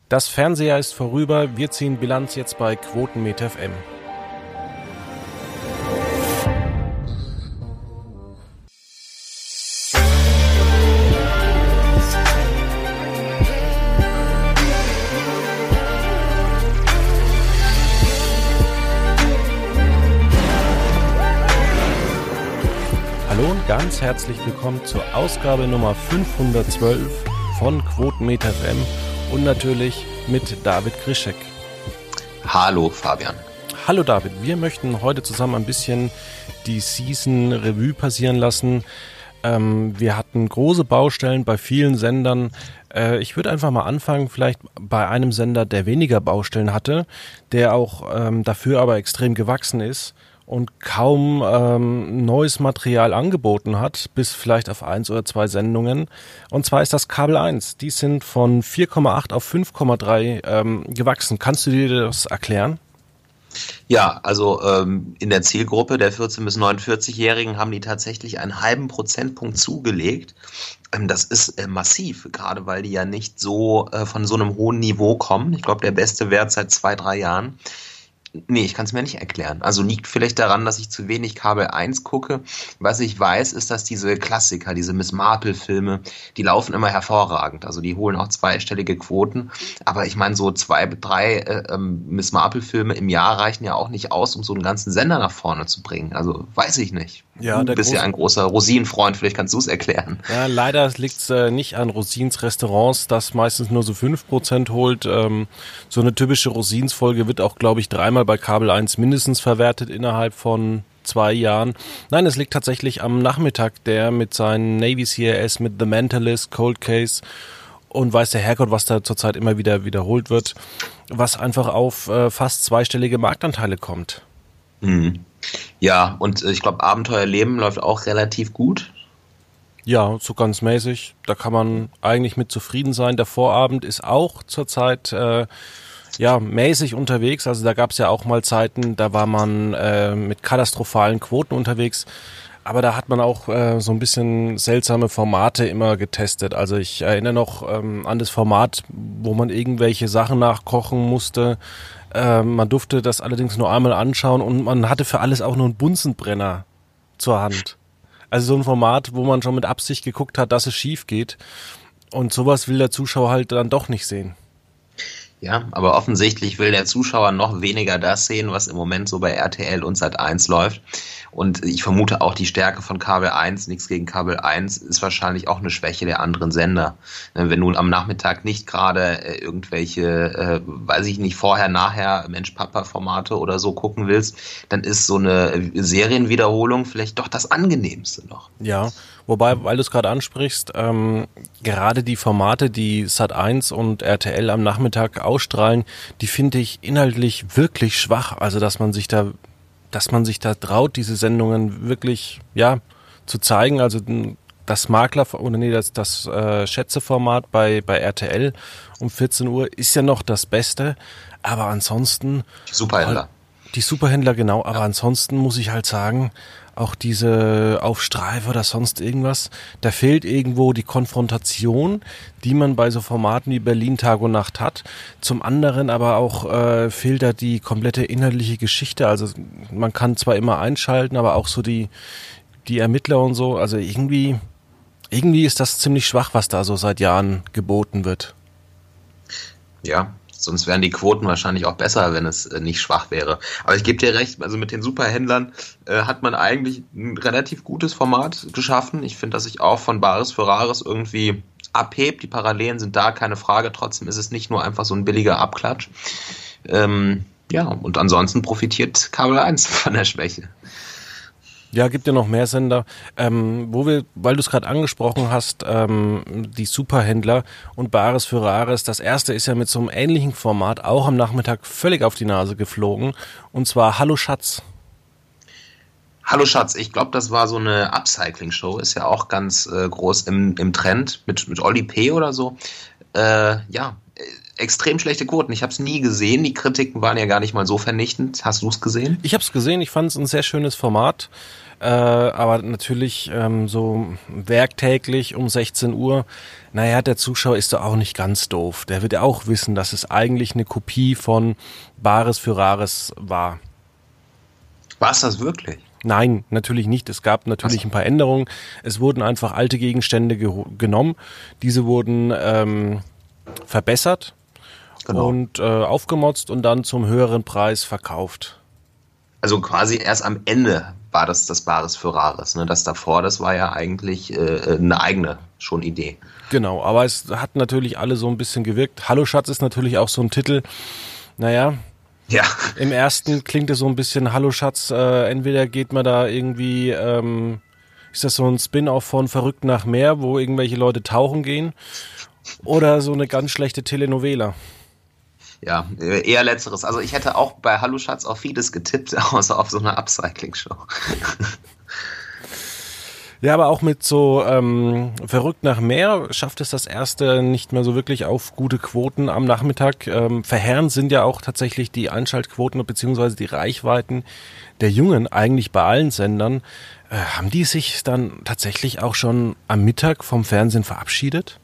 Das Fernsehjahr ist vorüber, wir ziehen Bilanz jetzt bei Quotenmeter FM. Hallo und ganz herzlich willkommen zur Ausgabe Nummer 512 von Quotenmeter FM und natürlich mit David Grischek. Hallo Fabian. Hallo David, wir möchten heute zusammen ein bisschen die Season Revue passieren lassen. Wir hatten große Baustellen bei vielen Sendern. Ich würde einfach mal anfangen, vielleicht bei einem Sender, der weniger Baustellen hatte, der auch dafür aber extrem gewachsen ist und kaum neues Material angeboten hat, bis vielleicht auf 1 oder 2 Sendungen. Und zwar ist das Kabel 1. Die sind von 4,8 auf 5,3 gewachsen. Kannst du dir das erklären? Ja, also in der Zielgruppe der 14- bis 49-Jährigen haben die tatsächlich einen halben Prozentpunkt zugelegt. Das ist massiv, gerade weil die ja nicht so von so einem hohen Niveau kommen. Ich glaube, der beste Wert seit 2-3 Jahren. Nee, ich kann es mir nicht erklären. Also liegt vielleicht daran, dass ich zu wenig Kabel 1 gucke. Was ich weiß, ist, dass diese Klassiker, diese Miss Marple-Filme, die laufen immer hervorragend. Also die holen auch zweistellige Quoten. Aber ich meine, so 2-3 Miss Marple-Filme im Jahr reichen ja auch nicht aus, um so einen ganzen Sender nach vorne zu bringen. Also weiß ich nicht. Ja, du bist ja ein großer Rosinenfreund, vielleicht kannst du es erklären. Ja, leider liegt es nicht an Rosins Restaurants, das meistens nur so 5% holt. So eine typische Rosins-Folge wird auch, glaube ich, 3-mal bei Kabel 1 mindestens verwertet innerhalb von 2 Jahren. Nein, es liegt tatsächlich am Nachmittag, der mit seinen Navy CRS, mit The Mentalist, Cold Case und weiß der Herrgott, was da zurzeit immer wieder wiederholt wird, was einfach auf fast zweistellige Marktanteile kommt. Mhm. Ja, und ich glaube, Abenteuerleben läuft auch relativ gut. Ja, so ganz mäßig. Da kann man eigentlich mit zufrieden sein. Der Vorabend ist auch zurzeit mäßig unterwegs. Also da gab es ja auch mal Zeiten, da war man mit katastrophalen Quoten unterwegs. Aber da hat man auch so ein bisschen seltsame Formate immer getestet. Also ich erinnere noch an das Format, wo man irgendwelche Sachen nachkochen musste. Man durfte das allerdings nur einmal anschauen und man hatte für alles auch nur einen Bunsenbrenner zur Hand. Also so ein Format, wo man schon mit Absicht geguckt hat, dass es schief geht. Und sowas will der Zuschauer halt dann doch nicht sehen. Ja, aber offensichtlich will der Zuschauer noch weniger das sehen, was im Moment so bei RTL und Sat.1 läuft. Und ich vermute auch, die Stärke von Kabel 1, nichts gegen Kabel 1, ist wahrscheinlich auch eine Schwäche der anderen Sender. Wenn du am Nachmittag nicht gerade irgendwelche, vorher, nachher, Mensch-Papa-Formate oder so gucken willst, dann ist so eine Serienwiederholung vielleicht doch das Angenehmste noch. Ja, wobei, weil du es gerade ansprichst, gerade die Formate, die Sat.1 und RTL am Nachmittag ausstrahlen, die finde ich inhaltlich wirklich schwach. Also dass man sich da traut, diese Sendungen wirklich zu zeigen. Also das Schätzeformat bei RTL um 14 Uhr ist ja noch das Beste, aber ansonsten die Superhändler, genau, aber ansonsten muss ich halt sagen, auch diese auf Streife oder sonst irgendwas, da fehlt irgendwo die Konfrontation, die man bei so Formaten wie Berlin Tag und Nacht hat. Zum anderen aber auch fehlt da die komplette inhaltliche Geschichte. Also man kann zwar immer einschalten, aber auch so die Ermittler und so. Also irgendwie ist das ziemlich schwach, was da so seit Jahren geboten wird. Ja. Sonst wären die Quoten wahrscheinlich auch besser, wenn es nicht schwach wäre. Aber ich gebe dir recht, also mit den Superhändlern hat man eigentlich ein relativ gutes Format geschaffen. Ich finde, dass sich auch von Bares für Rares irgendwie abhebt. Die Parallelen sind da, keine Frage. Trotzdem ist es nicht nur einfach so ein billiger Abklatsch. Und ansonsten profitiert Kabel 1 von der Schwäche. Ja, gibt ja noch mehr Sender, weil du es gerade angesprochen hast, die Superhändler und Bares für Rares. Das erste ist ja mit so einem ähnlichen Format auch am Nachmittag völlig auf die Nase geflogen. Und zwar Hallo Schatz. Hallo Schatz, ich glaube, das war so eine Upcycling-Show, ist ja auch ganz groß im Trend mit Oli P. oder so. extrem schlechte Quoten. Ich habe es nie gesehen. Die Kritiken waren ja gar nicht mal so vernichtend. Hast du es gesehen? Ich habe es gesehen. Ich fand es ein sehr schönes Format. Aber natürlich so werktäglich um 16 Uhr, naja, der Zuschauer ist doch auch nicht ganz doof. Der wird ja auch wissen, dass es eigentlich eine Kopie von Bares für Rares war. War es das wirklich? Nein, natürlich nicht. Es gab natürlich ein paar Änderungen. Es wurden einfach alte Gegenstände genommen. Diese wurden verbessert und aufgemotzt und dann zum höheren Preis verkauft. Also quasi erst am Ende war das Bares für Rares. Ne? Das davor, das war ja eigentlich eine eigene schon Idee. Genau, aber es hat natürlich alle so ein bisschen gewirkt. Hallo Schatz ist natürlich auch so ein Titel. Naja, ja. Im ersten klingt es so ein bisschen Hallo Schatz, entweder geht man da irgendwie, ist das so ein Spin-off von Verrückt nach Meer, wo irgendwelche Leute tauchen gehen, oder so eine ganz schlechte Telenovela. Ja, eher letzteres. Also ich hätte auch bei Hallo Schatz auf vieles getippt, außer auf so eine Upcycling-Show. Ja, aber auch mit so Verrückt nach Meer schafft es das erste nicht mehr so wirklich auf gute Quoten am Nachmittag. Verheerend sind ja auch tatsächlich die Einschaltquoten bzw. die Reichweiten der Jungen eigentlich bei allen Sendern. Haben die sich dann tatsächlich auch schon am Mittag vom Fernsehen verabschiedet?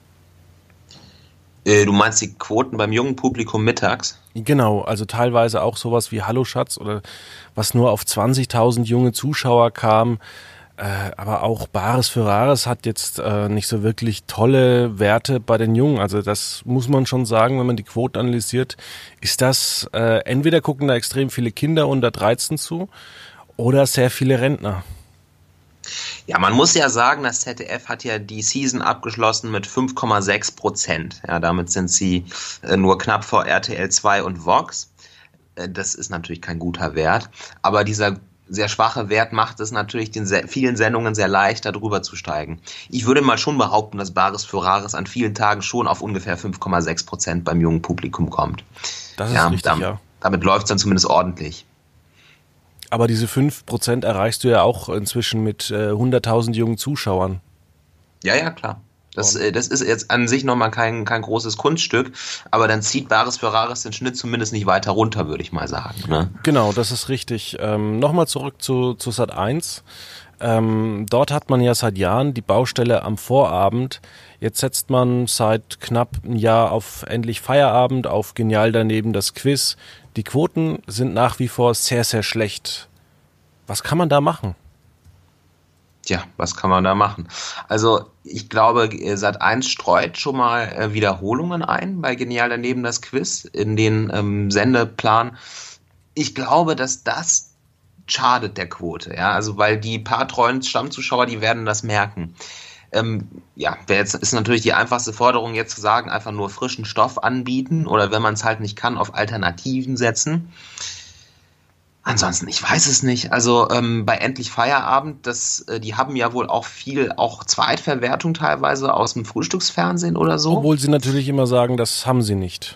Du meinst die Quoten beim jungen Publikum mittags? Genau, also teilweise auch sowas wie Hallo Schatz oder was nur auf 20.000 junge Zuschauer kam. Aber auch Bares für Rares hat jetzt nicht so wirklich tolle Werte bei den Jungen. Also das muss man schon sagen, wenn man die Quoten analysiert, ist das entweder gucken da extrem viele Kinder unter 13 zu oder sehr viele Rentner. Ja, man muss ja sagen, das ZDF hat ja die Season abgeschlossen mit 5,6%. Ja, damit sind sie nur knapp vor RTL 2 und Vox. Das ist natürlich kein guter Wert, aber dieser sehr schwache Wert macht es natürlich den vielen Sendungen sehr leicht, darüber zu steigen. Ich würde mal schon behaupten, dass Bares für Rares an vielen Tagen schon auf ungefähr 5,6% beim jungen Publikum kommt. Das ist richtig, ja. Damit läuft es dann zumindest ordentlich. Aber diese 5% erreichst du ja auch inzwischen mit 100.000 jungen Zuschauern. Ja, klar. Das ist jetzt an sich nochmal kein großes Kunststück, aber dann zieht Bares für Rares den Schnitt zumindest nicht weiter runter, würde ich mal sagen. Ne? Genau, das ist richtig. Nochmal zurück zu Sat.1. Dort hat man ja seit Jahren die Baustelle am Vorabend. Jetzt setzt man seit knapp einem Jahr auf endlich Feierabend, auf Genial daneben das Quiz. Die Quoten sind nach wie vor sehr, sehr schlecht. Was kann man da machen? Tja, was kann man da machen? Also ich glaube, Sat.1 streut schon mal Wiederholungen ein bei Genial daneben das Quiz in den Sendeplan. Ich glaube, dass das schadet der Quote, ja, also weil die paar treuen Stammzuschauer, die werden das merken. Jetzt ist natürlich die einfachste Forderung jetzt zu sagen, einfach nur frischen Stoff anbieten oder wenn man es halt nicht kann, auf Alternativen setzen. Ansonsten, ich weiß es nicht. Also bei Endlich Feierabend, die haben ja wohl auch viel, auch Zweitverwertung teilweise aus dem Frühstücksfernsehen oder so. Obwohl sie natürlich immer sagen, das haben sie nicht.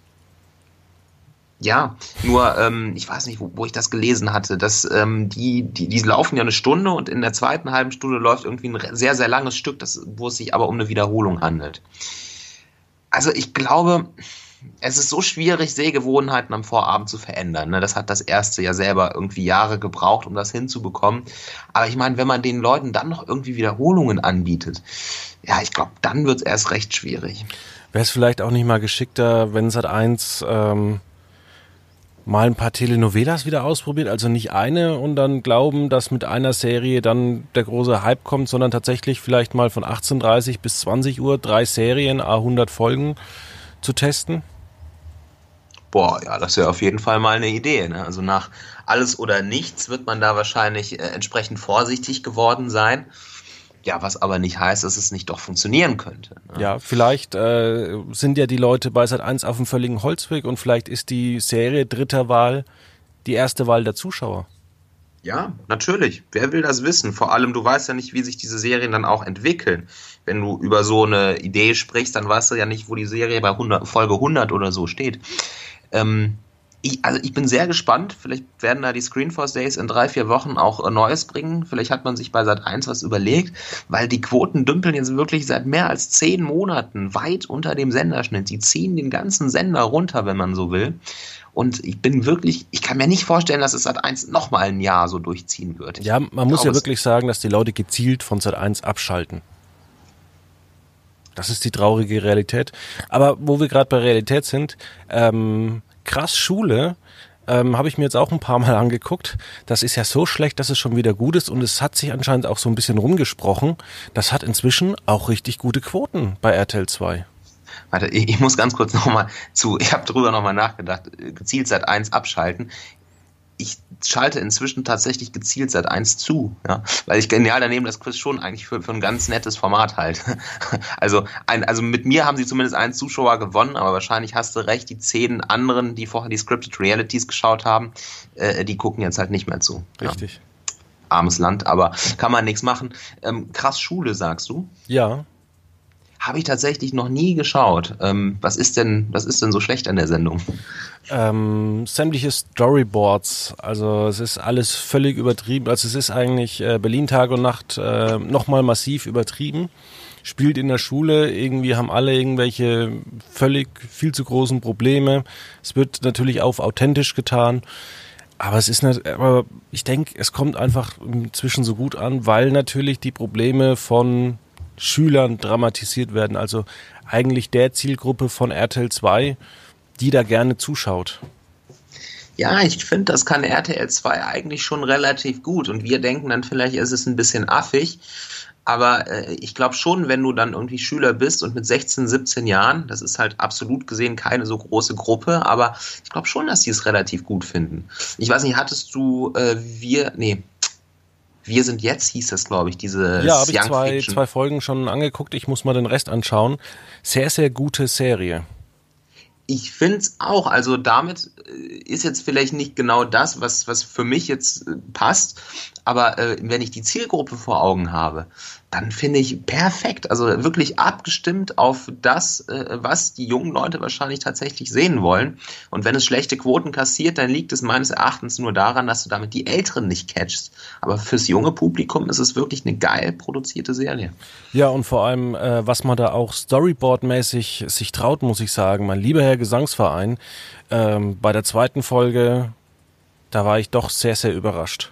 Ja, nur ich weiß nicht, wo ich das gelesen hatte, dass die laufen ja eine Stunde und in der zweiten halben Stunde läuft irgendwie ein sehr, sehr langes Stück, wo es sich aber um eine Wiederholung handelt. Also ich glaube, es ist so schwierig, Sehgewohnheiten am Vorabend zu verändern. Ne? Das hat das erste ja selber irgendwie Jahre gebraucht, um das hinzubekommen. Aber ich meine, wenn man den Leuten dann noch irgendwie Wiederholungen anbietet, ja, ich glaube, dann wird es erst recht schwierig. Wäre es vielleicht auch nicht mal geschickter, wenn Sat.1 mal ein paar Telenovelas wieder ausprobiert, also nicht eine und dann glauben, dass mit einer Serie dann der große Hype kommt, sondern tatsächlich vielleicht mal von 18:30 bis 20 Uhr 3 Serien, 100 Folgen zu testen? Boah, ja, das wäre auf jeden Fall mal eine Idee. Ne? Also nach Alles oder Nichts wird man da wahrscheinlich entsprechend vorsichtig geworden sein. Ja, was aber nicht heißt, dass es nicht doch funktionieren könnte. Ne? Ja, vielleicht sind ja die Leute bei Sat.1 auf einem völligen Holzweg und vielleicht ist die Serie dritter Wahl die erste Wahl der Zuschauer. Ja, natürlich. Wer will das wissen? Vor allem, du weißt ja nicht, wie sich diese Serien dann auch entwickeln. Wenn du über so eine Idee sprichst, dann weißt du ja nicht, wo die Serie bei Folge 100 oder so steht. Ich bin sehr gespannt. Vielleicht werden da die Screenforce Days in 3-4 Wochen auch Neues bringen. Vielleicht hat man sich bei Sat.1 was überlegt, weil die Quoten dümpeln jetzt wirklich seit mehr als 10 Monaten weit unter dem Senderschnitt. Die ziehen den ganzen Sender runter, wenn man so will. Und ich kann mir nicht vorstellen, dass es Sat.1 nochmal ein Jahr so durchziehen wird. Ja, man muss ja wirklich sagen, dass die Leute gezielt von Sat.1 abschalten. Das ist die traurige Realität. Aber wo wir gerade bei Realität sind, krass Schule, habe ich mir jetzt auch ein paar Mal angeguckt. Das ist ja so schlecht, dass es schon wieder gut ist und es hat sich anscheinend auch so ein bisschen rumgesprochen. Das hat inzwischen auch richtig gute Quoten bei RTL 2. Warte, ich muss ganz kurz ich habe drüber nochmal nachgedacht, gezielt Sat.1 abschalten. Ich schalte inzwischen tatsächlich gezielt Sat.1 zu, ja, weil ich genial daneben das Quiz schon eigentlich für ein ganz nettes Format halte. Also mit mir haben sie zumindest einen Zuschauer gewonnen, aber wahrscheinlich hast du recht, die 10 anderen, die vorher die Scripted Realities geschaut haben, die gucken jetzt halt nicht mehr zu. Richtig. Ja. Armes Land, aber kann man nichts machen. Krass Schule, sagst du? Ja. Habe ich tatsächlich noch nie geschaut. Was ist denn so schlecht an der Sendung? Sämtliche Storyboards, also es ist alles völlig übertrieben, also es ist eigentlich Berlin Tag und Nacht nochmal massiv übertrieben, spielt in der Schule, irgendwie haben alle irgendwelche viel zu großen Probleme, es wird natürlich auch authentisch getan, aber ich denke, es kommt einfach inzwischen so gut an, weil natürlich die Probleme von Schülern dramatisiert werden, also eigentlich der Zielgruppe von RTL 2, die da gerne zuschaut. Ja, ich finde, das kann RTL 2 eigentlich schon relativ gut und wir denken dann vielleicht, ist es ein bisschen affig, aber ich glaube schon, wenn du dann irgendwie Schüler bist und mit 16, 17 Jahren, das ist halt absolut gesehen keine so große Gruppe, aber ich glaube schon, dass die es relativ gut finden. Ich weiß nicht, hattest du Wir sind jetzt, hieß das, glaube ich, diese Ja, habe ich zwei Folgen schon angeguckt. Ich muss mal den Rest anschauen. Sehr, sehr gute Serie. Ich finde es auch, also damit ist jetzt vielleicht nicht genau das, was für mich jetzt passt, aber wenn ich die Zielgruppe vor Augen habe, dann finde ich perfekt, also wirklich abgestimmt auf das, was die jungen Leute wahrscheinlich tatsächlich sehen wollen. Und wenn es schlechte Quoten kassiert, dann liegt es meines Erachtens nur daran, dass du damit die Älteren nicht catchst. Aber fürs junge Publikum ist es wirklich eine geil produzierte Serie. Ja, und vor allem, was man da auch Storyboard-mäßig sich traut, muss ich sagen, mein lieber Herr Gesangsverein, bei der zweiten Folge, da war ich doch sehr, sehr überrascht.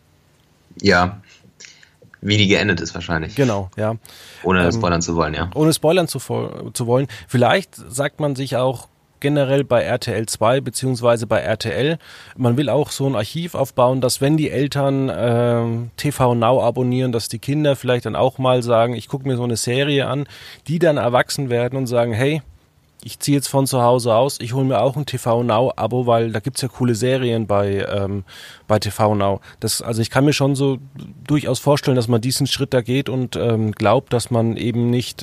Ja, wie die geendet ist wahrscheinlich. Genau, ja. Ohne spoilern zu wollen, ja. Ohne spoilern zu wollen. Vielleicht sagt man sich auch generell bei RTL 2 beziehungsweise bei RTL, man will auch so ein Archiv aufbauen, dass wenn die Eltern TV Now abonnieren, dass die Kinder vielleicht dann auch mal sagen, ich gucke mir so eine Serie an, die dann erwachsen werden und sagen, hey, ich ziehe jetzt von zu Hause aus, ich hole mir auch ein TV Now Abo, weil da gibt's ja coole Serien bei TV Now. Also ich kann mir schon so durchaus vorstellen, dass man diesen Schritt da geht und glaubt, dass man eben nicht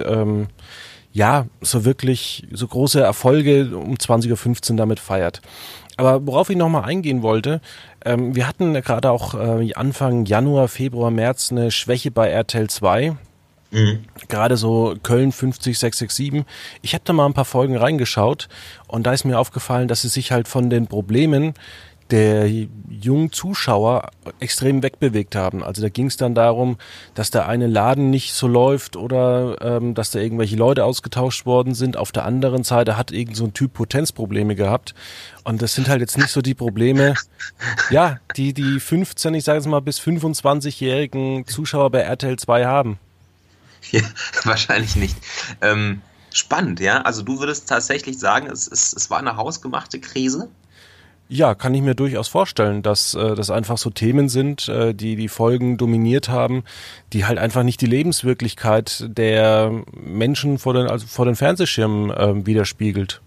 so wirklich so große Erfolge um 20.15 Uhr damit feiert. Aber worauf ich nochmal eingehen wollte, wir hatten gerade auch Anfang Januar, Februar, März eine Schwäche bei RTL 2. Gerade so Köln 50667. Ich habe da mal ein paar Folgen reingeschaut und da ist mir aufgefallen, dass sie sich halt von den Problemen der jungen Zuschauer extrem wegbewegt haben. Also da ging es dann darum, dass der eine Laden nicht so läuft oder dass da irgendwelche Leute ausgetauscht worden sind. Auf der anderen Seite hat irgend so ein Typ Potenzprobleme gehabt. Und das sind halt jetzt nicht so die Probleme, ja, die 15, ich sage jetzt mal bis 25-jährigen Zuschauer bei RTL 2 haben. Ja, wahrscheinlich nicht. Spannend, ja. Also du würdest tatsächlich sagen, es war eine hausgemachte Krise? Ja, kann ich mir durchaus vorstellen, dass das einfach so Themen sind, die Folgen dominiert haben, die halt einfach nicht die Lebenswirklichkeit der Menschen vor den Fernsehschirmen widerspiegelt.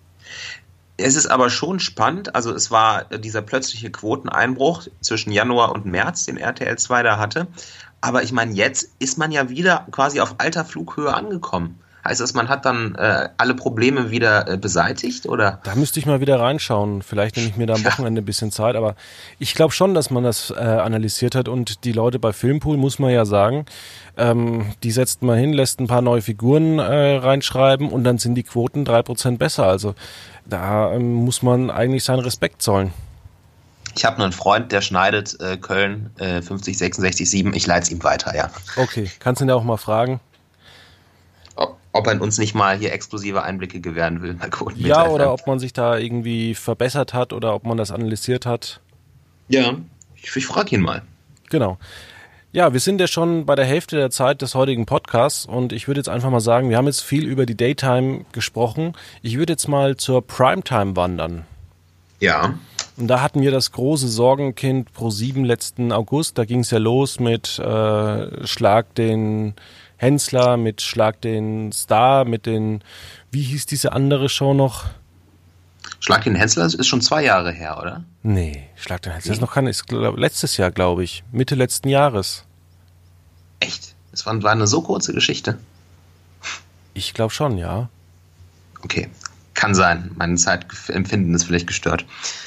Es ist aber schon spannend, also es war dieser plötzliche Quoteneinbruch zwischen Januar und März, den RTL 2 da hatte. Aber ich meine, jetzt ist man ja wieder quasi auf alter Flughöhe angekommen. Heißt das, man hat dann alle Probleme wieder beseitigt, oder? Da müsste ich mal wieder reinschauen. Vielleicht nehme ich mir da am Wochenende ein bisschen Zeit, aber ich glaube schon, dass man das analysiert hat und die Leute bei Filmpool, muss man ja sagen, die setzt mal hin, lässt ein paar neue Figuren reinschreiben und dann sind die Quoten 3% besser. Also da muss man eigentlich seinen Respekt zollen. Ich habe einen Freund, der schneidet Köln 50, 66, 7. Ich leite es ihm weiter, ja. Okay, kannst du ihn ja auch mal fragen. Ob er uns nicht mal hier exklusive Einblicke gewähren will. Ja, oder ob man sich da irgendwie verbessert hat oder ob man das analysiert hat. Ja, ich frage ihn mal. Genau. Ja, wir sind ja schon bei der Hälfte der Zeit des heutigen Podcasts und ich würde jetzt einfach mal sagen, wir haben jetzt viel über die Daytime gesprochen. Ich würde jetzt mal zur Primetime wandern. Ja. Und da hatten wir das große Sorgenkind ProSieben letzten August. Da ging es ja los mit Schlag den Hensler, mit Schlag den Star, mit den, wie hieß diese andere Show noch? Schlag den Hensler ist schon 2 Jahre her, oder? Nee, Schlag den Hensler ist noch letztes Jahr, glaube ich. Mitte letzten Jahres. Echt? Das war eine so kurze Geschichte. Ich glaube schon, ja. Okay, kann sein. Mein Zeitempfinden ist vielleicht gestört.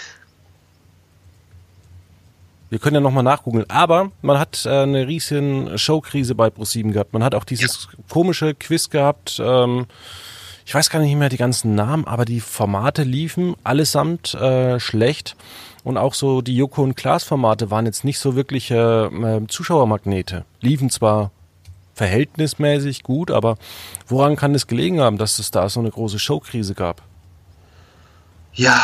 Wir können ja nochmal nachgoogeln. Aber man hat eine riesen Showkrise bei ProSieben gehabt. Man hat auch dieses komische Quiz gehabt. Ich weiß gar nicht mehr die ganzen Namen, aber die Formate liefen allesamt schlecht. Und auch so die Joko und Klaas Formate waren jetzt nicht so wirkliche Zuschauermagnete. Liefen zwar verhältnismäßig gut, aber woran kann es gelegen haben, dass es da so eine große Showkrise gab? Ja,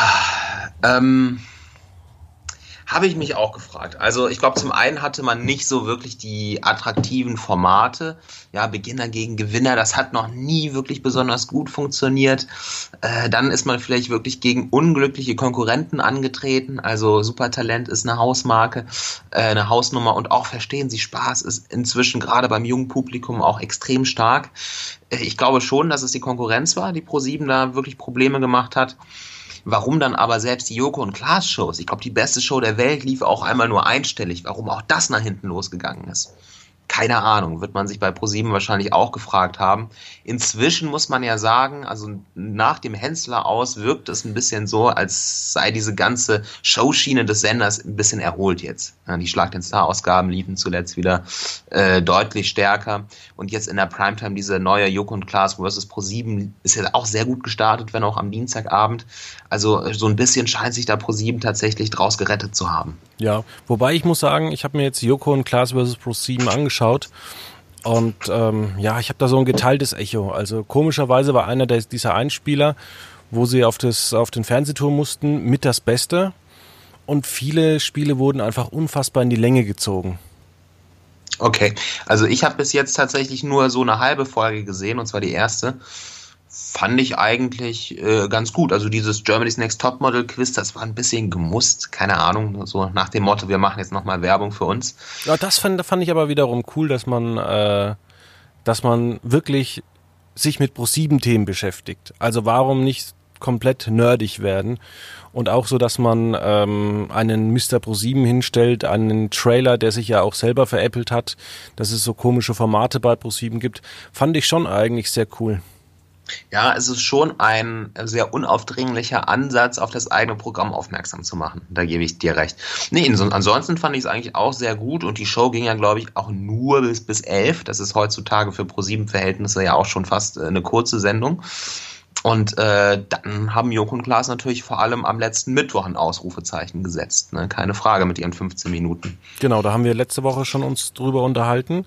habe ich mich auch gefragt. Also ich glaube, zum einen hatte man nicht so wirklich die attraktiven Formate. Ja, Beginner gegen Gewinner, das hat noch nie wirklich besonders gut funktioniert. Dann ist man vielleicht wirklich gegen unglückliche Konkurrenten angetreten. Also Supertalent ist eine Hausmarke, eine Hausnummer und auch Verstehen Sie Spaß ist inzwischen gerade beim jungen Publikum auch extrem stark. Ich glaube schon, dass es die Konkurrenz war, die ProSieben da wirklich Probleme gemacht hat. Warum dann aber selbst die Joko und Klaas Shows, ich glaube, die beste Show der Welt lief auch einmal nur einstellig, warum auch das nach hinten losgegangen ist. Keine Ahnung, wird man sich bei ProSieben wahrscheinlich auch gefragt haben. Inzwischen muss man ja sagen, also nach dem Hensler aus wirkt es ein bisschen so, als sei diese ganze Showschiene des Senders ein bisschen erholt jetzt. Ja, die Schlag den Star-Ausgaben liefen zuletzt wieder deutlich stärker. Und jetzt in der Primetime diese neue Joko und Klaas vs. ProSieben ist ja auch sehr gut gestartet, wenn auch am Dienstagabend. Also so ein bisschen scheint sich da ProSieben tatsächlich draus gerettet zu haben. Ja, wobei ich muss sagen, ich habe mir jetzt Joko und Klaas vs. ProSieben angeschaut und ich habe da so ein geteiltes Echo. Also komischerweise war einer dieser Einspieler, wo sie auf den Fernsehturm mussten, mit das Beste und viele Spiele wurden einfach unfassbar in die Länge gezogen. Okay, also ich habe bis jetzt tatsächlich nur so eine halbe Folge gesehen, und zwar die erste. Fand ich eigentlich ganz gut. Also dieses Germany's Next Topmodel Quiz, das war ein bisschen gemusst, keine Ahnung, so nach dem Motto, wir machen jetzt nochmal Werbung für uns. Ja, das fand ich aber wiederum cool, dass man wirklich sich mit ProSieben-Themen beschäftigt. Also warum nicht komplett nerdig werden? Und auch so, dass man einen Mr. ProSieben hinstellt, einen Trailer, der sich ja auch selber veräppelt hat, dass es so komische Formate bei ProSieben gibt, fand ich schon eigentlich sehr cool. Ja, es ist schon ein sehr unaufdringlicher Ansatz, auf das eigene Programm aufmerksam zu machen. Da gebe ich dir recht. Nee, ansonsten fand ich es eigentlich auch sehr gut und die Show ging ja, glaube ich, auch nur bis 11. Das ist heutzutage für ProSieben-Verhältnisse ja auch schon fast eine kurze Sendung. Und dann haben Joko und Klaas natürlich vor allem am letzten Mittwoch ein Ausrufezeichen gesetzt. Ne? Keine Frage mit ihren 15 Minuten. Genau, da haben wir letzte Woche schon uns drüber unterhalten.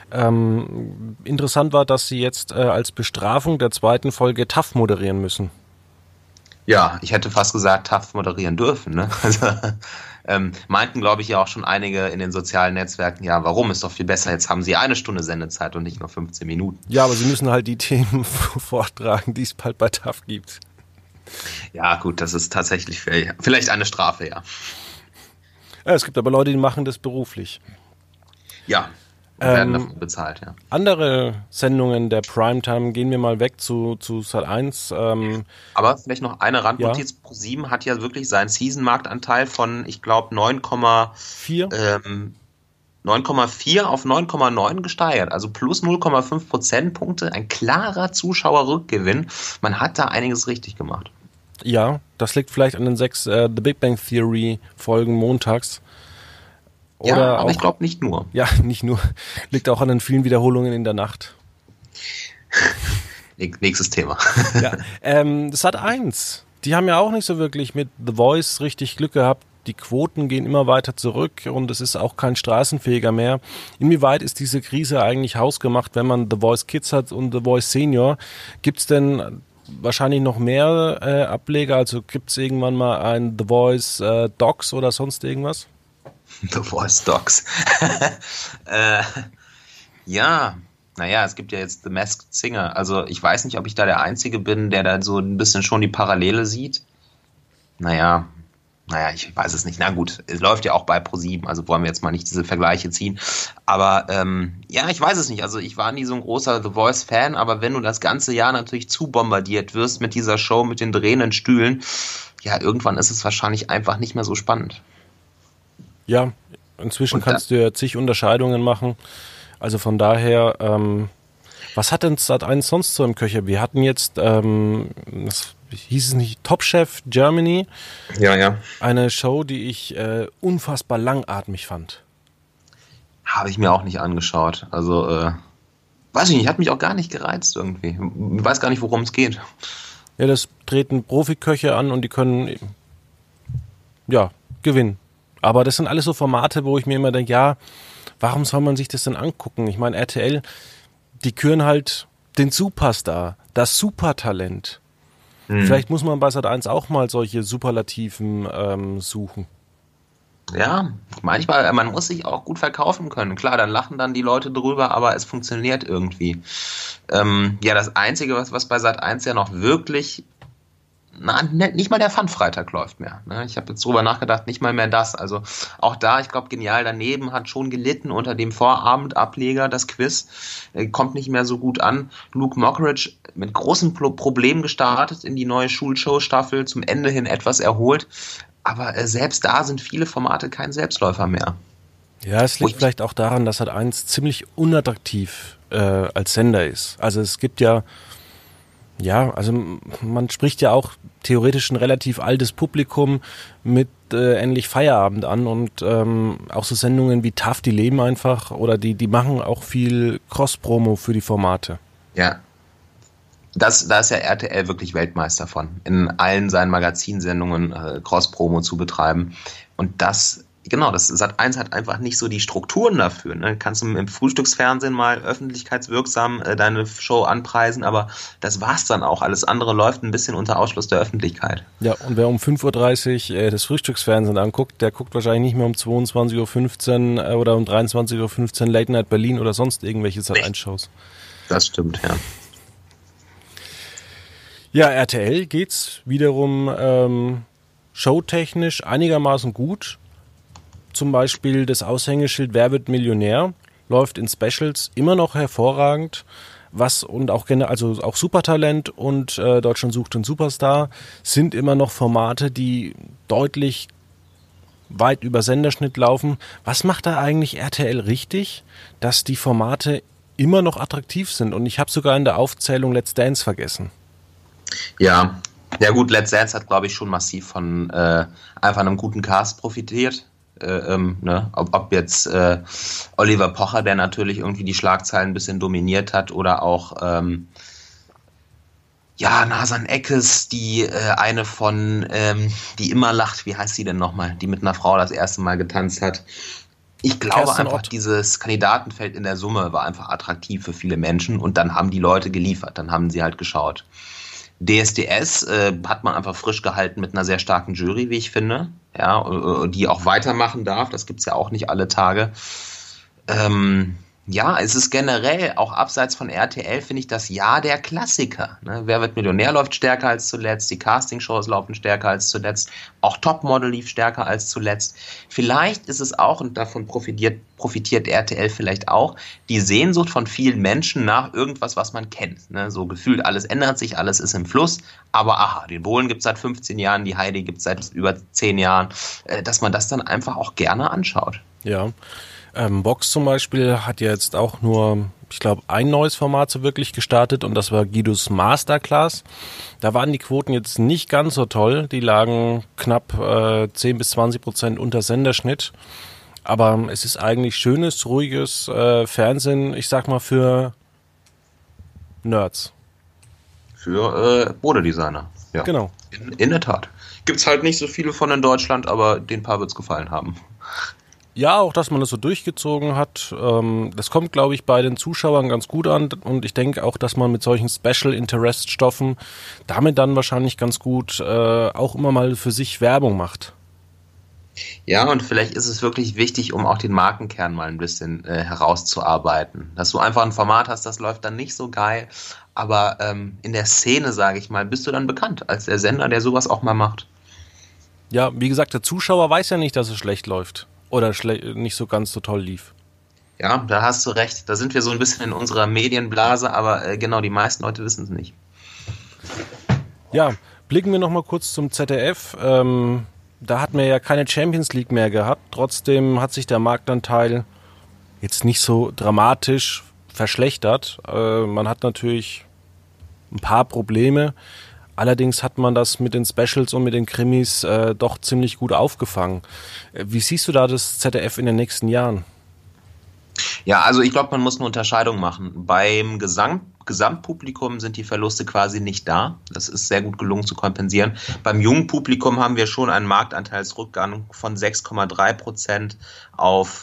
Interessant war, dass sie jetzt als Bestrafung der zweiten Folge TAF moderieren müssen. Ja, ich hätte fast gesagt, TAF moderieren dürfen. Ne? Also, meinten, glaube ich, ja auch schon einige in den sozialen Netzwerken, ja, warum, ist doch viel besser, jetzt haben sie 1 Stunde Sendezeit und nicht nur 15 Minuten. Ja, aber sie müssen halt die Themen vortragen, die es bald bei TAF gibt. Ja, gut, das ist tatsächlich vielleicht eine Strafe, ja. Ja, es gibt aber Leute, die machen das beruflich. Ja, werden dafür bezahlt, ja. Andere Sendungen der Primetime, gehen wir mal weg zu Sat.1. Aber vielleicht noch eine Randnotiz. Ja. ProSieben hat ja wirklich seinen Season-Marktanteil von, ich glaube, 9,4. 9,4 auf 9,9 gesteigert, also plus 0,5 Prozentpunkte, ein klarer Zuschauerrückgewinn. Man hat da einiges richtig gemacht. Ja, das liegt vielleicht an den 6 The Big Bang Theory Folgen montags. Oder ja, aber auch, ich glaube nicht nur. Ja, nicht nur. Liegt auch an den vielen Wiederholungen in der Nacht. Nächstes Thema. Ja, Sat.1, die haben ja auch nicht so wirklich mit The Voice richtig Glück gehabt. Die Quoten gehen immer weiter zurück und es ist auch kein Straßenfeger mehr. Inwieweit ist diese Krise eigentlich hausgemacht, wenn man The Voice Kids hat und The Voice Senior? Gibt es denn wahrscheinlich noch mehr Ableger? Also gibt es irgendwann mal ein The Voice Docs oder sonst irgendwas? The Voice Docs. Ja, naja, es gibt ja jetzt The Masked Singer. Also ich weiß nicht, ob ich da der Einzige bin, der da so ein bisschen schon die Parallele sieht. Naja, ich weiß es nicht. Na gut, es läuft ja auch bei ProSieben, also wollen wir jetzt mal nicht diese Vergleiche ziehen. Aber ja, ich weiß es nicht. Also ich war nie so ein großer The Voice-Fan, aber wenn du das ganze Jahr natürlich zu bombardiert wirst mit dieser Show, mit den drehenden Stühlen, ja, irgendwann ist es wahrscheinlich einfach nicht mehr so spannend. Ja, inzwischen kannst du ja zig Unterscheidungen machen. Also von daher, was hat denn Sat.1 sonst so im Köcher? Wir hatten jetzt, hieß es nicht Top Chef Germany? Ja. Eine Show, die ich unfassbar langatmig fand. Habe ich mir auch nicht angeschaut. Also, weiß ich nicht, hat mich auch gar nicht gereizt irgendwie. Ich weiß gar nicht, worum es geht. Ja, das treten Profiköche an und die können, ja, gewinnen. Aber das sind alles so Formate, wo ich mir immer denke, ja, warum soll man sich das denn angucken? Ich meine, RTL, die küren halt den Superstar, das Supertalent. Vielleicht muss man bei Sat.1 auch mal solche Superlativen suchen. Ja, manchmal, man muss sich auch gut verkaufen können. Klar, dann lachen dann die Leute drüber, aber es funktioniert irgendwie. Ja, das Einzige, was bei Sat.1 ja noch wirklich, nicht mal der Fun-Freitag läuft mehr. Ne? Ich habe jetzt drüber nachgedacht, nicht mal mehr das. Also auch da, ich glaube, Genial daneben hat schon gelitten unter dem Vorabendableger, das Quiz. Kommt nicht mehr so gut an. Luke Mockridge mit großen Problemen gestartet in die neue Schulshow-Staffel, zum Ende hin etwas erholt. Aber selbst da sind viele Formate kein Selbstläufer mehr. Ja, es liegt vielleicht auch daran, dass Sat.1 ziemlich unattraktiv als Sender ist. Also es gibt ja, also man spricht ja auch theoretisch ein relativ altes Publikum mit endlich Feierabend an und auch so Sendungen wie TAF, die leben einfach oder die machen auch viel Cross-Promo für die Formate. Ja, da ist ja RTL wirklich Weltmeister von, in allen seinen Magazinsendungen Cross-Promo zu betreiben. Und das Sat.1 hat einfach nicht so die Strukturen dafür. Ne? Kannst du im Frühstücksfernsehen mal öffentlichkeitswirksam deine Show anpreisen, aber das war's dann auch. Alles andere läuft ein bisschen unter Ausschluss der Öffentlichkeit. Ja, und wer um 5.30 Uhr das Frühstücksfernsehen anguckt, der guckt wahrscheinlich nicht mehr um 22.15 Uhr oder um 23.15 Uhr Late Night Berlin oder sonst irgendwelche Sat.1-Shows. Das stimmt, ja. Ja, RTL geht's wiederum showtechnisch einigermaßen gut. Zum Beispiel das Aushängeschild Wer wird Millionär läuft in Specials immer noch hervorragend. Und auch also auch Supertalent und Deutschland sucht den Superstar sind immer noch Formate, die deutlich weit über Senderschnitt laufen. Was macht da eigentlich RTL richtig, dass die Formate immer noch attraktiv sind? Und ich habe sogar in der Aufzählung Let's Dance vergessen. Ja gut, Let's Dance hat, glaube ich, schon massiv von einfach einem guten Cast profitiert. Ob jetzt Oliver Pocher, der natürlich irgendwie die Schlagzeilen ein bisschen dominiert hat, oder auch Nasan Eckes, die eine von die immer lacht, wie heißt sie denn nochmal, die mit einer Frau das erste Mal getanzt hat. Ich glaube Kerstin einfach, Ott. Dieses Kandidatenfeld in der Summe war einfach attraktiv für viele Menschen und dann haben die Leute geliefert, dann haben sie halt geschaut. DSDS hat man einfach frisch gehalten mit einer sehr starken Jury, wie ich finde, ja, die auch weitermachen darf, das gibt's ja auch nicht alle Tage. Es ist generell, auch abseits von RTL, finde ich das Jahr der Klassiker. Ne? Wer wird Millionär läuft stärker als zuletzt, die Castingshows laufen stärker als zuletzt, auch Topmodel lief stärker als zuletzt. Vielleicht ist es auch, und davon profitiert RTL vielleicht auch, die Sehnsucht von vielen Menschen nach irgendwas, was man kennt. Ne? So gefühlt, alles ändert sich, alles ist im Fluss, aber den Bohlen gibt es seit 15 Jahren, die Heidi gibt es seit über 10 Jahren, dass man das dann einfach auch gerne anschaut. Ja. Vox zum Beispiel hat ja jetzt auch nur, ich glaube, ein neues Format so wirklich gestartet und das war Guidos Masterclass. Da waren die Quoten jetzt nicht ganz so toll. Die lagen knapp 10-20% unter Senderschnitt. Aber es ist eigentlich schönes, ruhiges Fernsehen, ich sag mal, für Nerds. Für Modedesigner, ja. Genau. In der Tat. Gibt's halt nicht so viele von in Deutschland, aber den paar wird's gefallen haben. Ja, auch, dass man das so durchgezogen hat. Das kommt, glaube ich, bei den Zuschauern ganz gut an. Und ich denke auch, dass man mit solchen Special-Interest-Stoffen damit dann wahrscheinlich ganz gut auch immer mal für sich Werbung macht. Ja, und vielleicht ist es wirklich wichtig, um auch den Markenkern mal ein bisschen herauszuarbeiten. Dass du einfach ein Format hast, das läuft dann nicht so geil, aber in der Szene, sage ich mal, bist du dann bekannt als der Sender, der sowas auch mal macht. Ja, wie gesagt, der Zuschauer weiß ja nicht, dass es schlecht läuft oder nicht so ganz so toll lief. Ja, da hast du recht. Da sind wir so ein bisschen in unserer Medienblase, aber genau, die meisten Leute wissen es nicht. Ja, blicken wir nochmal kurz zum ZDF. Da hatten wir ja keine Champions League mehr gehabt. Trotzdem hat sich der Marktanteil jetzt nicht so dramatisch verschlechtert. Man hat natürlich ein paar Probleme. Allerdings hat man das mit den Specials und mit den Krimis doch ziemlich gut aufgefangen. Wie siehst du da das ZDF in den nächsten Jahren? Ja, also ich glaube, man muss eine Unterscheidung machen. Beim Gesamtpublikum sind die Verluste quasi nicht da. Das ist sehr gut gelungen zu kompensieren. Beim jungen Publikum haben wir schon einen Marktanteilsrückgang von 6,3% auf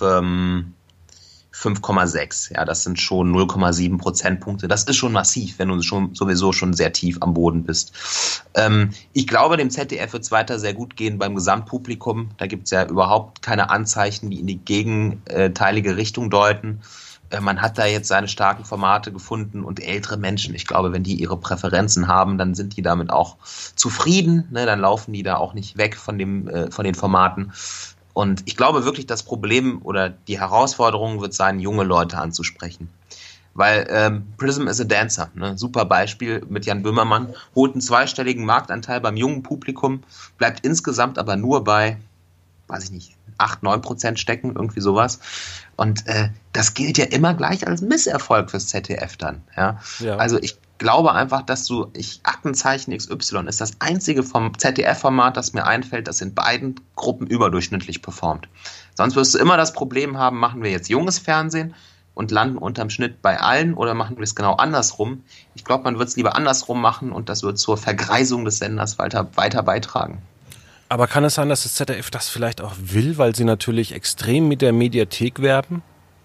5,6. Ja, das sind schon 0,7 Prozentpunkte. Das ist schon massiv, wenn du sowieso schon sehr tief am Boden bist. Ich glaube, dem ZDF wird es weiter sehr gut gehen beim Gesamtpublikum. Da gibt es ja überhaupt keine Anzeichen, die in die gegenteilige Richtung deuten. Man hat da jetzt seine starken Formate gefunden und ältere Menschen, ich glaube, wenn die ihre Präferenzen haben, dann sind die damit auch zufrieden. Ne? Dann laufen die da auch nicht weg von den Formaten. Und ich glaube wirklich, das Problem oder die Herausforderung wird sein, junge Leute anzusprechen. Weil Prism is a Dancer, ne? Super Beispiel mit Jan Böhmermann, holt einen zweistelligen Marktanteil beim jungen Publikum, bleibt insgesamt aber nur bei, weiß ich nicht, 8-9% stecken, irgendwie sowas. Und das gilt ja immer gleich als Misserfolg fürs ZDF dann. Ja? Ja. Also ich glaube einfach, dass Aktenzeichen XY ist das einzige vom ZDF-Format, das mir einfällt, das in beiden Gruppen überdurchschnittlich performt. Sonst wirst du immer das Problem haben, machen wir jetzt junges Fernsehen und landen unterm Schnitt bei allen oder machen wir es genau andersrum. Ich glaube, man wird es lieber andersrum machen und das wird zur Vergreisung des Senders weiter beitragen. Aber kann es sein, dass das ZDF das vielleicht auch will, weil sie natürlich extrem mit der Mediathek werben?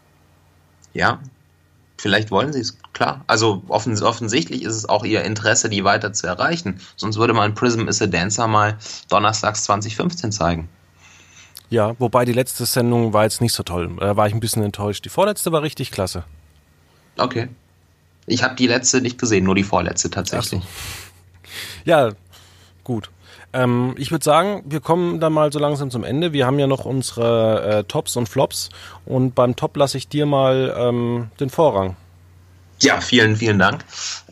Ja, vielleicht wollen sie es, klar. Also offensichtlich ist es auch ihr Interesse, die weiter zu erreichen. Sonst würde man Prism is a Dancer mal donnerstags 2015 zeigen. Ja, wobei die letzte Sendung war jetzt nicht so toll. Da war ich ein bisschen enttäuscht. Die vorletzte war richtig klasse. Okay. Ich habe die letzte nicht gesehen, nur die vorletzte tatsächlich. Ach so. Ja, gut. Ich würde sagen, wir kommen dann mal so langsam zum Ende. Wir haben ja noch unsere Tops und Flops und beim Top lasse ich dir mal den Vorrang. Ja, vielen, vielen Dank.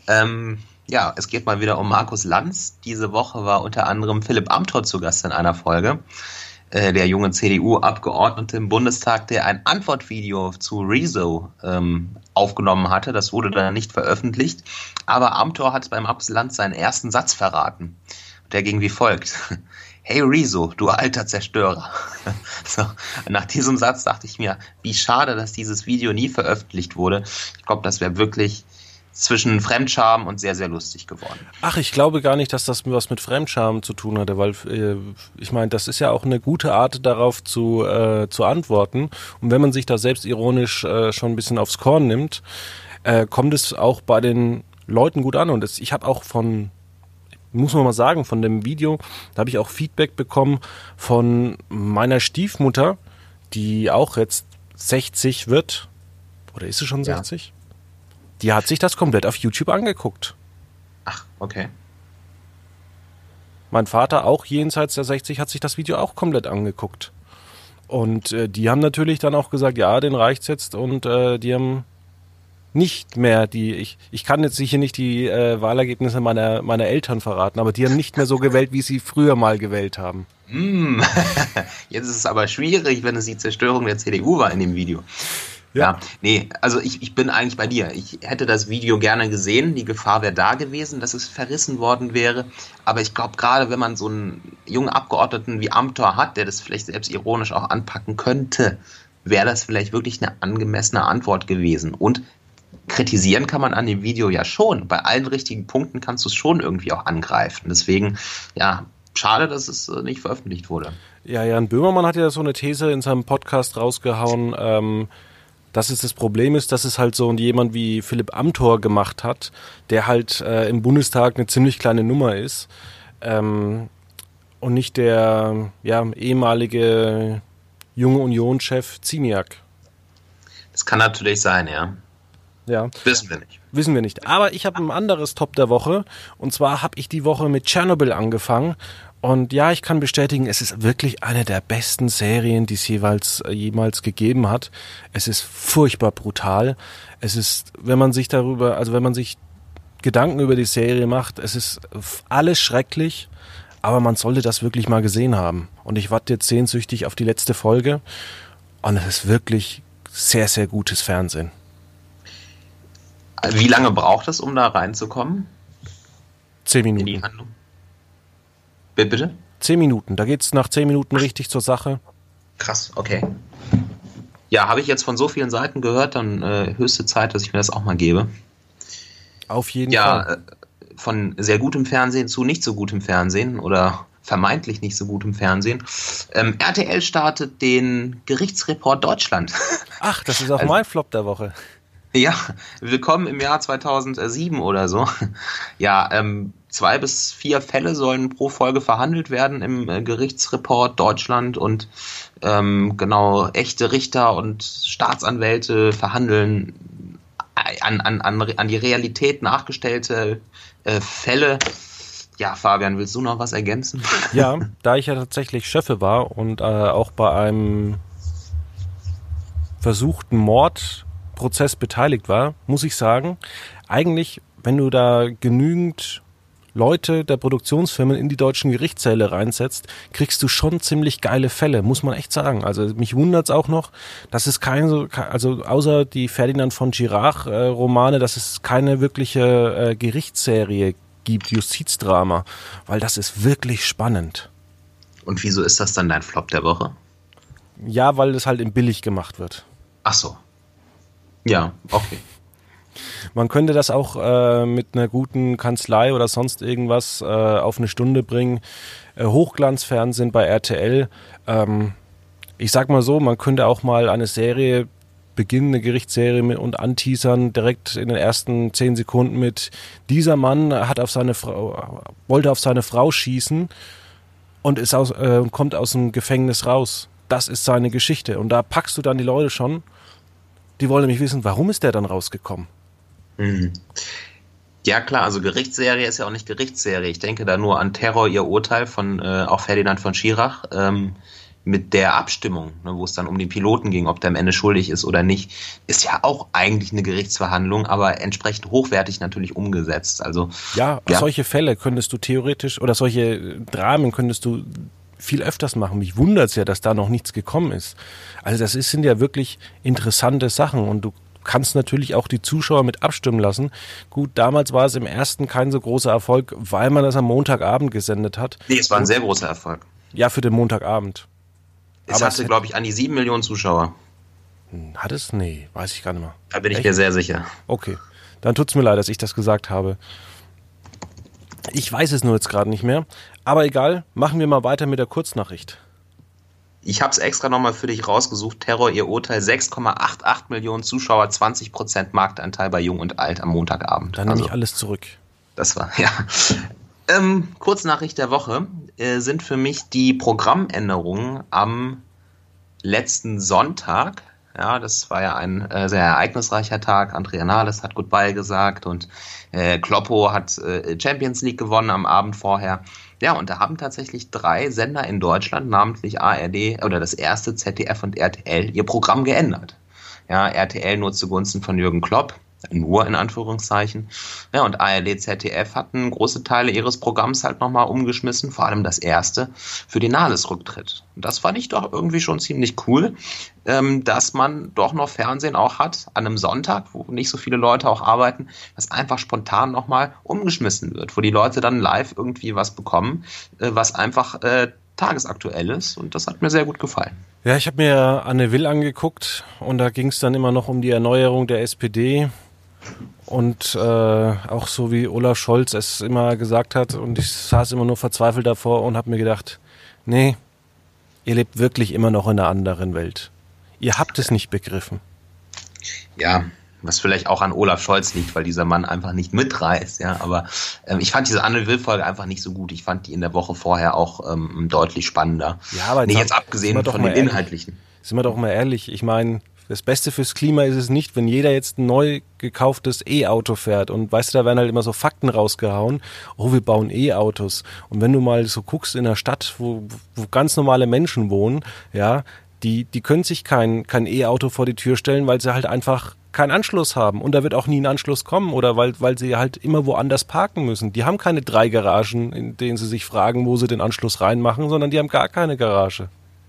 Ja, es geht mal wieder um Markus Lanz. Diese Woche war unter anderem Philipp Amthor zu Gast in einer Folge. Der junge CDU-Abgeordnete im Bundestag, der ein Antwortvideo zu Rezo aufgenommen hatte. Das wurde dann nicht veröffentlicht. Aber Amthor hat beim Markus Lanz seinen ersten Satz verraten. Der ging wie folgt. Hey Rezo, du alter Zerstörer. So, nach diesem Satz dachte ich mir, wie schade, dass dieses Video nie veröffentlicht wurde. Ich glaube, das wäre wirklich zwischen Fremdscham und sehr, sehr lustig geworden. Ach, ich glaube gar nicht, dass das was mit Fremdscham zu tun hatte, weil ich meine, das ist ja auch eine gute Art, darauf zu antworten. Und wenn man sich da selbst ironisch schon ein bisschen aufs Korn nimmt, kommt es auch bei den Leuten gut an. Und ich habe auch muss man mal sagen, von dem Video, da habe ich auch Feedback bekommen von meiner Stiefmutter, die auch jetzt 60 wird. Oder ist sie schon 60? Ja. Die hat sich das komplett auf YouTube angeguckt. Ach, okay. Mein Vater, auch jenseits der 60, hat sich das Video auch komplett angeguckt. Und die haben natürlich dann auch gesagt, ja, den reicht's jetzt. Und die haben nicht mehr ich kann jetzt sicher nicht die Wahlergebnisse meiner Eltern verraten, aber die haben nicht mehr so gewählt, wie sie früher mal gewählt haben. Jetzt ist es aber schwierig, wenn es die Zerstörung der CDU war in dem Video. Ja, nee, also ich bin eigentlich bei dir. Ich hätte das Video gerne gesehen. Die Gefahr wäre da gewesen, dass es verrissen worden wäre. Aber ich glaube, gerade wenn man so einen jungen Abgeordneten wie Amthor hat, der das vielleicht selbst ironisch auch anpacken könnte, wäre das vielleicht wirklich eine angemessene Antwort gewesen. Und kritisieren kann man an dem Video ja schon. Bei allen richtigen Punkten kannst du es schon irgendwie auch angreifen. Deswegen, ja, schade, dass es nicht veröffentlicht wurde. Ja, Jan Böhmermann hat ja so eine These in seinem Podcast rausgehauen, dass es das Problem ist, dass es halt so jemand wie Philipp Amthor gemacht hat, der halt im Bundestag eine ziemlich kleine Nummer ist und nicht der ehemalige junge Union-Chef Zieniak. Das kann natürlich sein, ja. Ja. Wissen wir nicht. Wissen wir nicht. Aber ich habe ein anderes Top der Woche. Und zwar habe ich die Woche mit Tschernobyl angefangen. Und ja, ich kann bestätigen, es ist wirklich eine der besten Serien, die es jemals gegeben hat. Es ist furchtbar brutal. Es ist, wenn man sich Gedanken über die Serie macht, es ist alles schrecklich. Aber man sollte das wirklich mal gesehen haben. Und ich warte jetzt sehnsüchtig auf die letzte Folge. Und es ist wirklich sehr, sehr gutes Fernsehen. Wie lange braucht es, um da reinzukommen? 10 Minuten. In die Handlung? Bitte? 10 Minuten. Da geht's nach 10 Minuten richtig zur Sache. Krass, okay. Ja, habe ich jetzt von so vielen Seiten gehört, dann höchste Zeit, dass ich mir das auch mal gebe. Auf jeden Fall. Ja, von sehr gutem Fernsehen zu nicht so gutem Fernsehen oder vermeintlich nicht so gutem Fernsehen. RTL startet den Gerichtsreport Deutschland. Ach, das ist auch mein Flop der Woche. Ja, willkommen im Jahr 2007 oder so. Ja, 2 bis 4 Fälle sollen pro Folge verhandelt werden im Gerichtsreport Deutschland und genau, echte Richter und Staatsanwälte verhandeln an die Realität nachgestellte Fälle. Ja, Fabian, willst du noch was ergänzen? Ja, da ich ja tatsächlich Schöffe war und auch bei einem versuchten Mordprozess beteiligt war, muss ich sagen, eigentlich, wenn du da genügend Leute der Produktionsfirmen in die deutschen Gerichtssäle reinsetzt, kriegst du schon ziemlich geile Fälle, muss man echt sagen. Also mich wundert's auch noch, dass es also außer die Ferdinand von Schirach Romane, dass es keine wirkliche Gerichtsserie gibt, Justizdrama, weil das ist wirklich spannend. Und wieso ist das dann dein Flop der Woche? Ja, weil es halt im Billig gemacht wird. Ach so. Ja, okay. Man könnte das auch mit einer guten Kanzlei oder sonst irgendwas auf eine Stunde bringen. Hochglanzfernsehen bei RTL. Ich sag mal so, man könnte auch mal eine Serie beginnen, eine Gerichtsserie und anteasern, direkt in den ersten 10 Sekunden mit: Dieser Mann wollte auf seine Frau schießen und kommt aus dem Gefängnis raus. Das ist seine Geschichte. Und da packst du dann die Leute schon. Die wollen nämlich wissen, warum ist der dann rausgekommen? Mhm. Ja klar, also Gerichtsserie ist ja auch nicht Gerichtsserie. Ich denke da nur an Terror, ihr Urteil von auch Ferdinand von Schirach mit der Abstimmung, ne, wo es dann um den Piloten ging, ob der am Ende schuldig ist oder nicht, ist ja auch eigentlich eine Gerichtsverhandlung, aber entsprechend hochwertig natürlich umgesetzt. Also ja, solche Fälle könntest du theoretisch oder solche Dramen könntest du viel öfters machen. Mich wundert's ja, dass da noch nichts gekommen ist. Also sind ja wirklich interessante Sachen und du kannst natürlich auch die Zuschauer mit abstimmen lassen. Gut, damals war es im ersten kein so großer Erfolg, weil man das am Montagabend gesendet hat. Nee, es war ein sehr großer Erfolg. Ja, für den Montagabend. Es hatte, glaube ich, an die 7 Millionen Zuschauer. Hat es? Nee, weiß ich gar nicht mehr. Da bin ich mir sehr sicher. Okay, dann tut's mir leid, dass ich das gesagt habe. Ich weiß es nur jetzt gerade nicht mehr. Aber egal, machen wir mal weiter mit der Kurznachricht. Ich habe es extra nochmal für dich rausgesucht. Terror, ihr Urteil, 6,88 Millionen Zuschauer, 20% Marktanteil bei Jung und Alt am Montagabend. Dann nehme ich alles zurück. Das war, ja. Kurznachricht der Woche sind für mich die Programmänderungen am letzten Sonntag. Ja, das war ja ein sehr ereignisreicher Tag. Andrea Nahles hat Goodbye gesagt und Kloppo hat Champions League gewonnen am Abend vorher. Ja, und da haben tatsächlich 3 Sender in Deutschland, namentlich ARD oder das erste ZDF und RTL, ihr Programm geändert. Ja, RTL nur zugunsten von Jürgen Klopp, Nur in Anführungszeichen. Ja, und ARD, ZDF hatten große Teile ihres Programms halt nochmal umgeschmissen, vor allem das erste für den Nahles-Rücktritt. Und das fand ich doch irgendwie schon ziemlich cool, dass man doch noch Fernsehen auch hat an einem Sonntag, wo nicht so viele Leute auch arbeiten, was einfach spontan nochmal umgeschmissen wird, wo die Leute dann live irgendwie was bekommen, was einfach tagesaktuell ist, und das hat mir sehr gut gefallen. Ja, ich habe mir Anne Will angeguckt und da ging es dann immer noch um die Erneuerung der SPD und auch so wie Olaf Scholz es immer gesagt hat, und ich saß immer nur verzweifelt davor und habe mir gedacht, nee, ihr lebt wirklich immer noch in einer anderen Welt. Ihr habt es nicht begriffen. Ja, was vielleicht auch an Olaf Scholz liegt, weil dieser Mann einfach nicht mitreißt, ja, aber ich fand diese Anne Will-Folge einfach nicht so gut. Ich fand die in der Woche vorher auch deutlich spannender. Ja, aber jetzt abgesehen von den inhaltlichen. Sind wir doch mal ehrlich, ich meine, das Beste fürs Klima ist es nicht, wenn jeder jetzt ein neu gekauftes E-Auto fährt, und weißt du, da werden halt immer so Fakten rausgehauen, oh, wir bauen E-Autos, und wenn du mal so guckst in der Stadt, wo ganz normale Menschen wohnen, ja, die können sich kein E-Auto vor die Tür stellen, weil sie halt einfach keinen Anschluss haben, und da wird auch nie ein Anschluss kommen, oder weil sie halt immer woanders parken müssen. Die haben keine 3 Garagen, in denen sie sich fragen, wo sie den Anschluss reinmachen, sondern die haben gar keine Garage.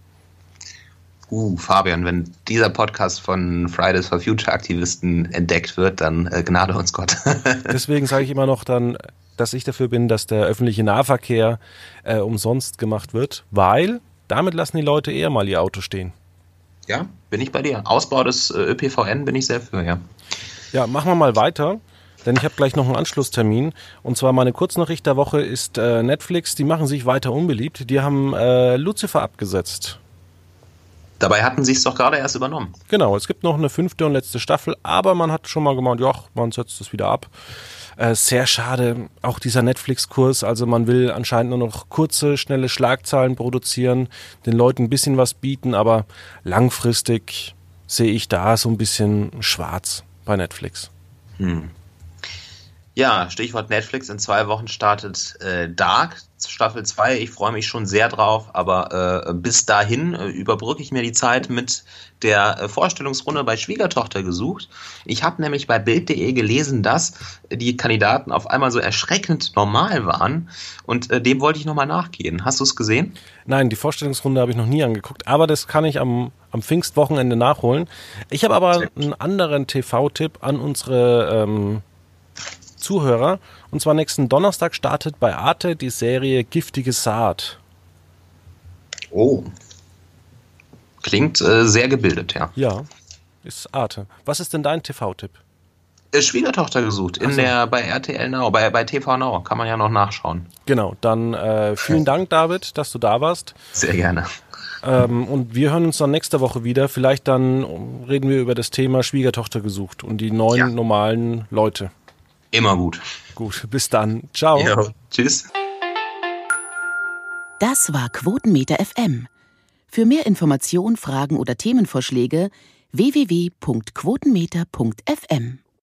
Fabian, wenn dieser Podcast von Fridays for Future Aktivisten entdeckt wird, dann gnade uns Gott. Deswegen sage ich immer noch dann, dass ich dafür bin, dass der öffentliche Nahverkehr umsonst gemacht wird, weil damit lassen die Leute eher mal ihr Auto stehen. Ja, bin ich bei dir. Ausbau des ÖPVN bin ich sehr für, ja. Ja, machen wir mal weiter, denn ich habe gleich noch einen Anschlusstermin. Und zwar meine Kurznachricht der Woche ist Netflix, die machen sich weiter unbeliebt. Die haben Lucifer abgesetzt. Dabei hatten sie es doch gerade erst übernommen. Genau, es gibt noch eine 5. und letzte Staffel, aber man hat schon mal gemeint, ja, man setzt es wieder ab. Sehr schade, auch dieser Netflix-Kurs, also man will anscheinend nur noch kurze, schnelle Schlagzeilen produzieren, den Leuten ein bisschen was bieten, aber langfristig sehe ich da so ein bisschen schwarz bei Netflix. Ja, Stichwort Netflix, in 2 Wochen startet Dark, Staffel 2, ich freue mich schon sehr drauf, aber bis dahin überbrücke ich mir die Zeit mit der Vorstellungsrunde bei Schwiegertochter gesucht. Ich habe nämlich bei Bild.de gelesen, dass die Kandidaten auf einmal so erschreckend normal waren, und dem wollte ich nochmal nachgehen. Hast du es gesehen? Nein, die Vorstellungsrunde habe ich noch nie angeguckt, aber das kann ich am Pfingstwochenende nachholen. Ich habe aber einen anderen TV-Tipp an unsere Zuhörer, und zwar nächsten Donnerstag startet bei Arte die Serie Giftige Saat. Oh. Klingt sehr gebildet, ja. Ja, ist Arte. Was ist denn dein TV-Tipp? Schwiegertochter gesucht, bei RTL Now, bei TV Now, kann man ja noch nachschauen. Genau, dann vielen Dank, David, dass du da warst. Sehr gerne. Und wir hören uns dann nächste Woche wieder. Vielleicht dann reden wir über das Thema Schwiegertochter gesucht und die neuen normalen Leute. Immer gut. Gut, bis dann. Ciao. Jo, tschüss. Das war Quotenmeter FM. Für mehr Informationen, Fragen oder Themenvorschläge www.quotenmeter.fm